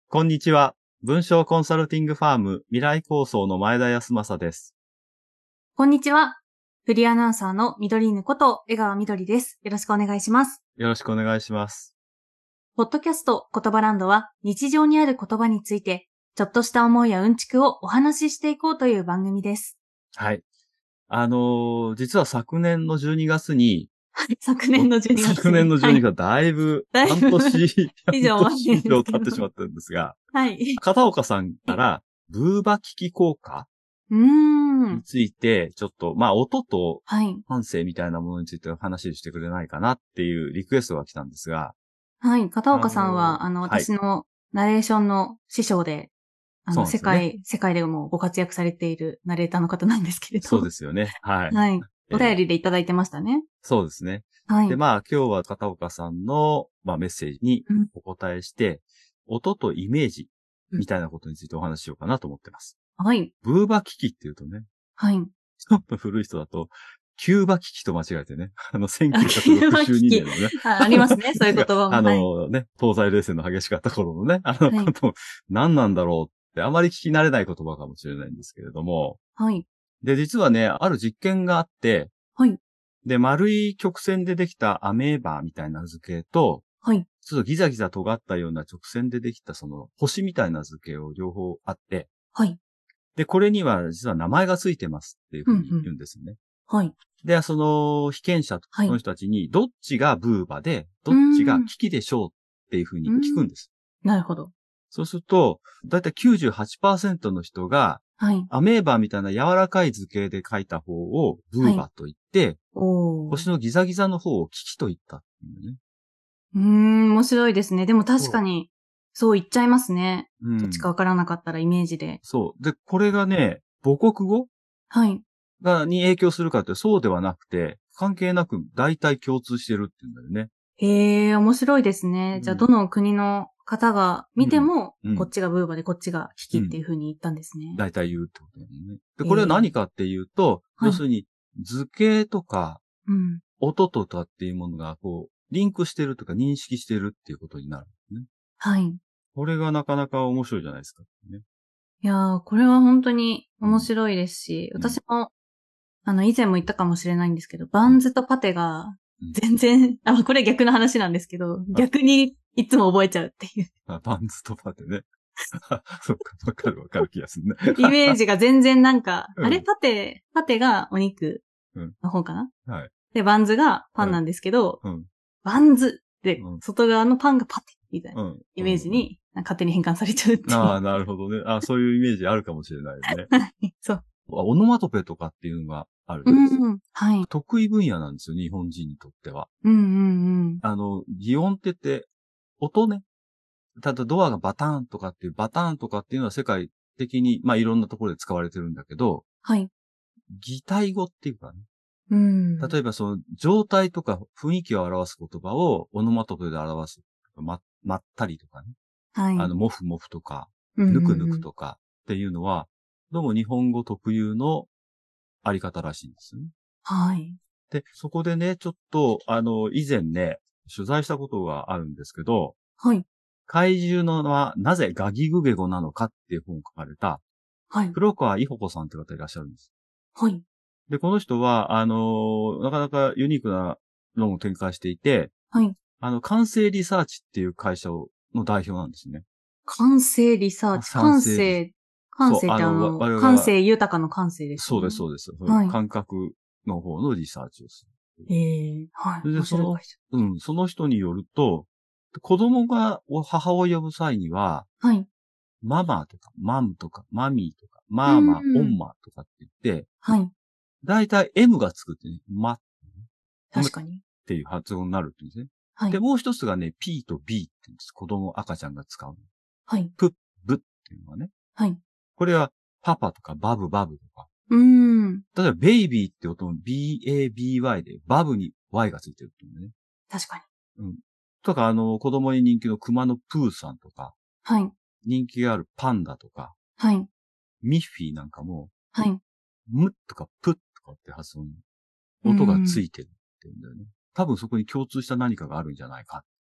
こんにちは。文章コンサルティングファーム未来構想の前田康政です。 こんにちは。フリーアナウンサーのみどりーぬこと江川みどりです。よろしくお願いします。 よろしくお願いします。 ポッドキャスト言葉ランドは日常にある言葉についてちょっとした思いやうんちくをお話ししていこうという番組です。 はい。実は昨年の12月に、 はい、昨年の12月に。 昨年の12 はい。 月だいぶ半だいぶ年、 以半上前で年以上すけど。 経ってしまったんですが、 はい。 片岡さんからブーバ機器効果うーん。 について、ちょっと、音とはい。 感性みたいなものについて話してくれないかなっていうリクエストが来たんですが、 はい。片岡さんは、 はい。 私のナレーションの師匠で、 そうなんですよね。 世界でもご活躍されているナレーターの方なんですけれそうど。 ですよね。はい。 はい。お便えーりでいただいてましたね。 そうですね。で、 はい。 今日は片岡さんの、メッセージにうん。 お答えして、音とイメージうん。 みたいなことについてお話ししようかなと思ってます。 はい。 ブーバ機器っていうとね、 はい。 ちょっと古い人だと、キューバ機器と間違えてね、1962 電話機器。 年のね、 ありますね。そういう言葉も。はい。 東西冷戦の激しかった頃のね、 はい。 何なんだろうってあまり聞き慣れない言葉かもしれないんですけれども、 はい。 で、実はね、ある実験があって、 はい。 で、丸い曲線でできたアメーバみたいな図形と、 はい。 ちょっとギザギザ尖ったような直線でできたその星みたいな図形を両方あって、 はい。 で、これには実は名前がついてますっていうふうにうんうん。 言うんですよね。 はい。 で、その被験者とはい。 その人たちにどっちがブーバで、どうーっちがん。 キキでしょうっていうふうにうーん。 聞くんです。 なるほど。 そうすると、だいたい98%の人がはい。 アメーバみたいな柔らかい図形で描いた方をブはい。 ーバと言って、 おー。 星のギザギザの方をキキと言ったっていうね。 面白いですね。でも確かそに、そう言っちゃいますね。 う。うどっちかん。 わからなかったらイメージで。 そう。で、これがね、母国語はい。 に影響するかってそうではなくて、関係なく大体共通してるっていうんだよね。 へえ、面白いですね。じゃあ、どうん。 の国の方が見てうん。 も、 うん。 こっちがブーバでこっちがキキってうん。 いう風に言ったんですね。 大体言うってことだよね。で、これは何へえ。 かっていうと、 はい。 要するに図形とかうん。 音とかっていうものがリンクしてるとか認識してるっていうことになるんですね。 はい。 これがなかなか面白いじゃないですか。ね。 いやー、これは本当にうん。 面白いですし、 うん。 私も、以前も言ったかもしれないんですけど、バうん。 ンズとパテが、 うん。 全然、これ逆の話なんですけど、 あ、 逆にいつも覚えちゃうっていう。 パンツとパテね。そっか、わかる気がするね。 イメージが全然なんか、あれうん。 パテがお肉うん。 の方かなはい。 で、バンズがパうん。 ンなんですけど、 うん。 バンズで、 うん。 外側のパンがパテみたいなうん。 イうん。うん。 メージに勝手に変換されちゃうっていああ、なるほどね。あ、そういうイメージあるかもしれないよね。 う。はい。そう。 オノマトペとかっていうのがあるうんです。 ん。はい。 得意分野なんですよ、日本人にとっては。 うんうんうん。 擬音って言って、音ね。ただドアがバターンとかっていう、バターンとかっていうのは世界的に、いろんなところで使われてるんだけど、 はい。 擬態語っていうかね。 うん。 例えばその状態とか雰囲気を表す言葉をオノマトペで表す。まったりとかね。 はい。 もふもふとか、 うんうんぬくぬうん。 くとかっていうのは、どうも日本語特有のあり方らしいんですよね。 はい。 で、そこでね、ちょっと、以前ね、取材したことがあるんですけど、 はい。 怪獣の名はなぜガギグゲ語なのかっていう本を書かれた、 はい。 黒川伊保子さんって方いらっしゃるんです。 はい。 で、この人は、なかなかユニークな論を展開していて、 はい。 感性リサーチっていう会社の代表なんですね。 感性リサーチ。 感性リ、 感そう、 性って我々 感が、 性豊かの感性ですよね。 そうです、そうです。そういうはい。 感覚の方のリサーチをする。 はい。 で、 面白い会社。 その人によると、子供が母親を呼ぶ際には、 はい。 ママとか、マムとか、マミーとか、 うーマーマ、オンん。 マとかって言って、 はい。 だいたい M がつくってね、M っ確かに。 ていう発音になるって言うんですね。で、 はい。 もう一つがね、P と B って言うんです。子供、赤ちゃんが使うの。 はい。 プッ、ブっていうのはね。 はい。 これは、パパとかバブバブとか。 うーん。 例えば、ベイビーって音も BABY で、バブに Y がついてるっていうんだね。 確かに。 うん。とか、子供に人気の熊のプーさんとか、 はい。 人気があるパンダとか、 はい。 ミッフィーなんかも、 はい。 ムとかプとかって発音、 うー音がつん。 いてるって言うんだよね。多分そこに共通した何かがあるんじゃないか。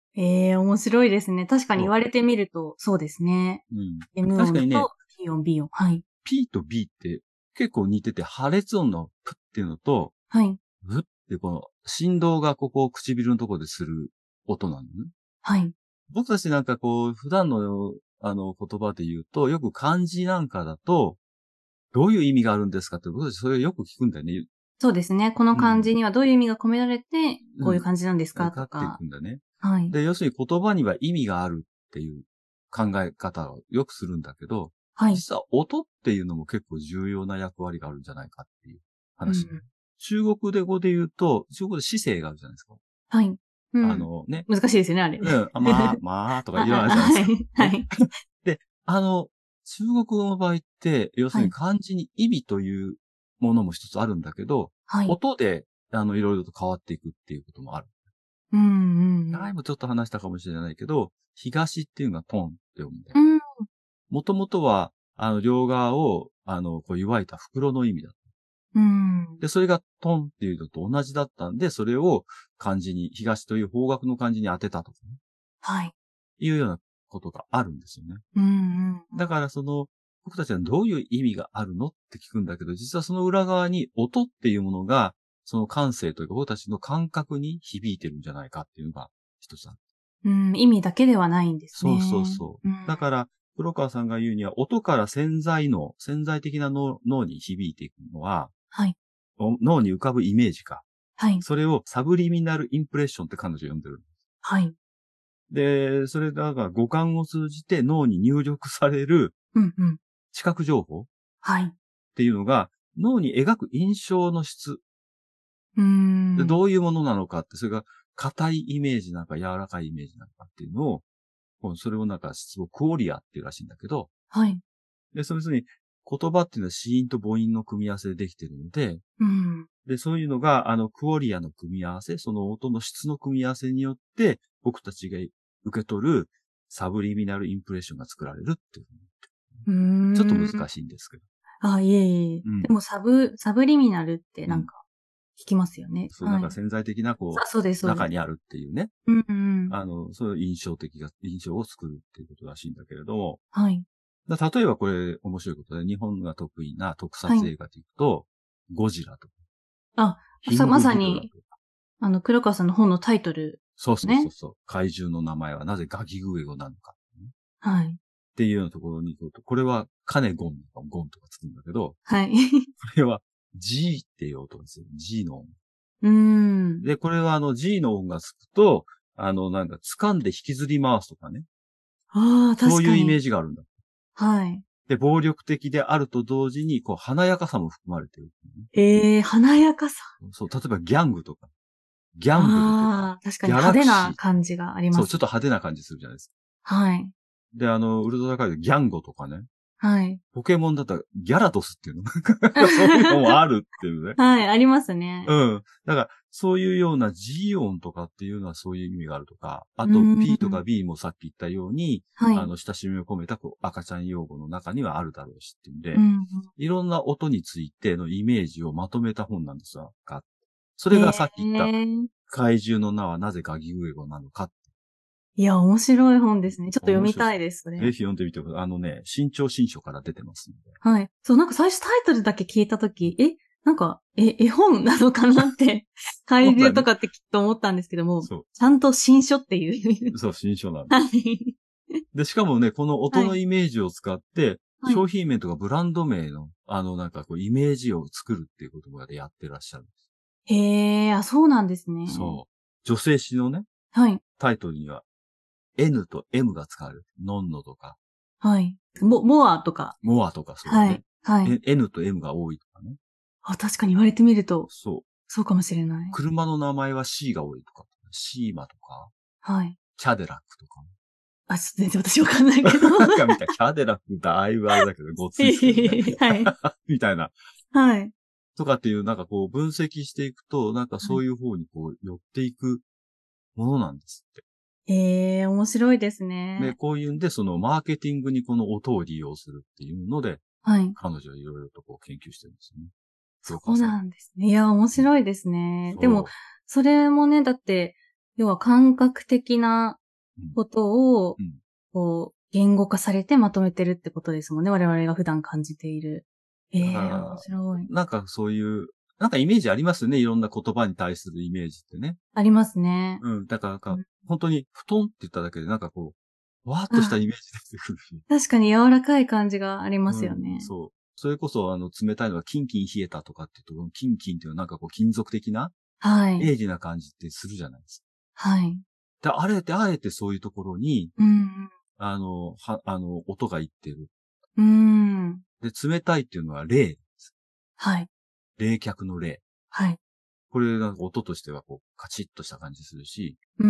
面白いですね。確かにそう。 言われてみると、そうですね。 うん。 M 確かにね、 音と P 音、B 音。はい。 P と B って結構似てて、破裂音のプっていうのと、 はい。 ブってこの振動がここ唇のところでする音なのね。 はい。 僕たちなんかこう、普段の言葉で言うと、よく漢字なんかだと、どういう意味があるんですかって僕たちそれをよく聞くんだよね。 そうですね。このうん。 漢字にはどういう意味が込められて、こういううん。 感じなんですかかっていとか。 くんだね。 はい。 で、要するに言葉には意味があるっていう考え方をよくするんだけど、 はい。 実は音っていうのも結構重要な役割があるんじゃないかっていう話。 うん。 中国で語で言うと、中国で姿勢があるじゃないですか。 はい。うん。 ね。 難しいですよね、あれ。 うん、まあとかいろいろあるじゃないですか。 はい。はね。 い。 で、中国語の場合って、要するにはい。 漢字に意味というものも一つあるんだけど、 はい。 音で、いろいろと変わっていくっていうこともある。 うんうん前もちょっと話したかもしれないけど、東っていうのがトンって読むんだよ。 うん。うん。 もともとは、両側を、こう、湯いた袋の意味だ。 うん。 で、それがトンっていうのと同じだったんで、それを漢字に、東という方角の漢字に当てたとかね、 はい。 いうようなことがあるんですよね。 うんうんうん。 だから僕たちはどういう意味があるのって聞くんだけど、実はその裏側に音っていうものが、その感性というか、僕たちの感覚に響いてるんじゃないかっていうのが一つある。 うん、意味だけではないんですそうそうね。 そう。 うん。 だから、黒川さんが言うには、音から潜在的な脳に響いていくのは、 はい。 脳に浮かぶイメージか。 はい。 それをサブリミナルインプレッションって彼女呼んでる。 はい。 で、それだから五感を通じて脳に入力されるうんうん。 視覚情報っはい。 ていうのが脳に描く印象の質うーで、 ん。 どういうものなのかって、それが硬いイメージなのか柔らかいイメージなのかっていうのを、それをなんか質をクオリアっていうらしいんだけど、 はい。 で、その要するに言葉っていうのは子音と母音の組み合わせでできてるので、 うん。 で、そういうのが、クオリアの組み合わせ、その音の質の組み合わせによって、僕たちが受け取るサブリミナルインプレッションが作られるっていう。 うーちょっと難ん。 しいんですけど。 あ、いえいえ。 うん。 でもサブリミナルってうん。 なんか聞きますよね。 そう、なんはい。 か潜在的な、 そうです、そうです。 中にあるっていうね。 うんうん。 そういう印象を作るっていうことらしいんだけれども、 はい。 例えばこれ面白いことで、日本が得意な特はい。 撮映画でいくと、ゴジラとか、 あ、 キンまグギドラとさに、 か、 黒川さんの本のタイトルそうそうそうね。 そう、怪獣の名前はなぜガギグエゴなのか、ね、 はい。 っていうようなところに行くと、これはカネゴンとかゴンとかつくんだけど、 はい。 これは G っていう音ですよ。G の音。 うーん。 で、これはG の音がつくと、なんか掴んで引きずり回すとかね。 ああ、 そういうイメー確かに。 ジがあるんだ。 はい。 で、暴力的であると同時に、華やかさも含まれてる、ね。 華やかさ。 そう、例えばギャングとか、ギャンブルとか、 ああ、確かにギャ派手なラクシー。 感じがありそう、ちょっます。 と派手な感じするじゃないですか。 はい。 で、ウルトラカイド、ギャンゴとかね。 はい。 ポケモンだったらギャラドスっていうのそういうのもあるっていうね。 はい、ありますね。 うん。だから、そういうような G 音とかっていうのはそういう意味があるとか、あうーと P とかん。 B もさっき言ったように、 はい。 親しみを込めた赤ちゃん用語の中にはあるだろうしっていうんで、 うん。 いろんな音についてのイメージをまとめた本なんですが、それへがさっき言ったえ。 怪獣の名はなぜガギウエゴなのか。 いや、面白い本ですね。ちょっと読み面白いです。 たいです、それ。 ぜひ読んでみてください。新潮新書から出てますので。 はい。そう、なんか最初タイトルだけ聞いたとき、なんか、絵本なのかなって怪そうだね。 獣とかってきっと思ったんですけども、 そちゃんと新書っていう。 う。そう、新書なんではす。 い。 で、しかもね、この音のはい。 イメージを使って、 はい。 商品名とかブランド名の、なんかイメージを作るっていうことまでやってらっしゃるんです。 へえ、あ、そうなんですね。 そう。女性誌のね、 はい。 タイトルには N と M が使われる。ノンノとか、 はい。モアとか。 モアとかそうだね。 はい。はい。 N と M が多いとかね。 あ、確かに言われてみると、 そう。 そうかもしれない。 車の名前は C が多いとか、シーマとか、 はい。 キャデラックとか。 あ、全然私わかんないけど。 なんか見た、キャデラックだいぶあれだけど、ごっついですけどね。 はい。 みたいな。 はい。 とかっていう、なんか分析していくと、なんかはい。 そういう方に寄っていくものなんですって。 面白いですで、 ね。 こういうんで、そのマーケティングにこの音を利用するっていうので、 はい。 彼女はいろいろと研究してるんですよね。 そう黒川さん。 なんですね。いや、面うん、 白いですね。でも、 そそれもね、だって、 要は感覚的なうんことをう、ん。 こう、言語化されてまとめてるってことですもんね。我々が普段感じている。 だか面ら、 白い。 なんかそういう、なんかイメージありますよね。いろんな言葉に対するイメージってね。 ありますね。 うん。だからなんか、 うん、 本当に布団って言っただけでなんかこう、わーっとしたあ、 イメージ出てくるし。 確かに柔らかい感じがありますうん。 よね。 そう。それこそ冷たいのがキンキン冷えたとかって言うと、キンキンっていうのはなんかこう金属的な、 はい。 鋭利な感じってするじゃないですはい。 か。で、あえてそういうところに、 うん、 音がいってる。 うん。 で、冷たいっていうのは冷。 はい。 冷却の冷。 はい。 これなんか音としてはこう、カチッとした感じするし、 うん。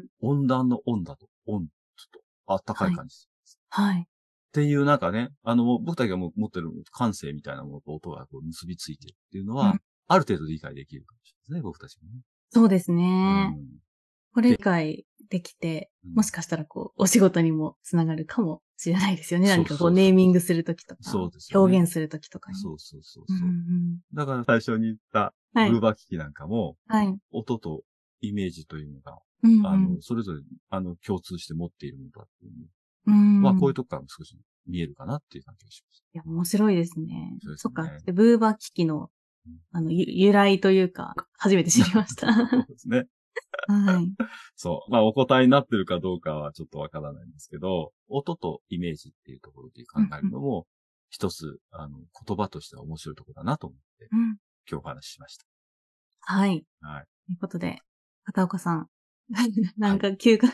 温暖の温だと、温、ちょっと、あったかいはい。 感じする。 はい。 っていうなんかね、僕たちが持ってる感性みたいなものと音がこう結びついてるっていうのうん。 は、ある程度理解できるかもしれないですね、僕たちもね。 そうですね。 うん。 これ理で、 解できて、 うん、 もしかしたらこう、お仕事にもつながるかもしれないですよね。 そう何かこう、 そうそう。 ネーミングするときとか、 そうですよね。 表現するときとかに。 そうそうそううんうそう。 ん。 だから最初に言ったはい。 ブーバー機器なんかも、 はい。 音とイメージというのが、 うんうん。 それぞれ、共通して持っているのだっていううのは、こういうん。 とこからも少し見えるかなっていう感じがします。 いや、面白いですね。 そうですそっか。 ね。 でブーバー機器の、 うん、 由来というか、初めて知りました。 そうですね。 はい。 そう。まあ、お答えになってるかどうかはちょっとわからないんですけど、音とイメージっていうところで考うんうん。 えるのも、一つ、言葉としては面白いところだなと思って、 うん。 今日お話ししましはい。 た。はい。 ということで、片岡さん。なはい。 んか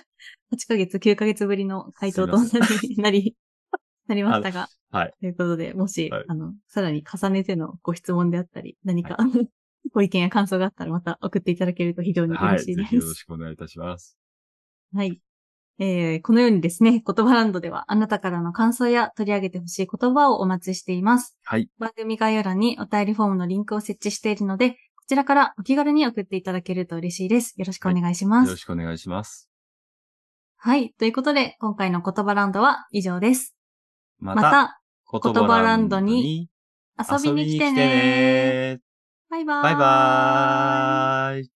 8ヶ月、9ヶ月ぶりの回答とすいません。 なりましあ、 たが。 はい。 ということで、もし、 はい。 さらに重ねてのご質問であったり、何かはい。 ご意見や感想があったらまた送っていただけると非常にはい。 嬉しいぜひよろしです。 くお願いいたします。 はい。このようにですね、言葉ランドではあなたからの感想や取り上げてほしい言葉をお待ちしています。 はい。 番組概要欄にお便りフォームのリンクを設置しているので、こちらからお気軽に送っていただけると嬉しいです。よろしくはい。 お願いしまよろしす。 くお願いします。 はい。ということで、今回の言葉ランドは以上です。 また、 また、 言葉ラ言葉ランドにンドに遊び遊びに来てに来てね。 ね。 バイバイバーイ。 バーイ。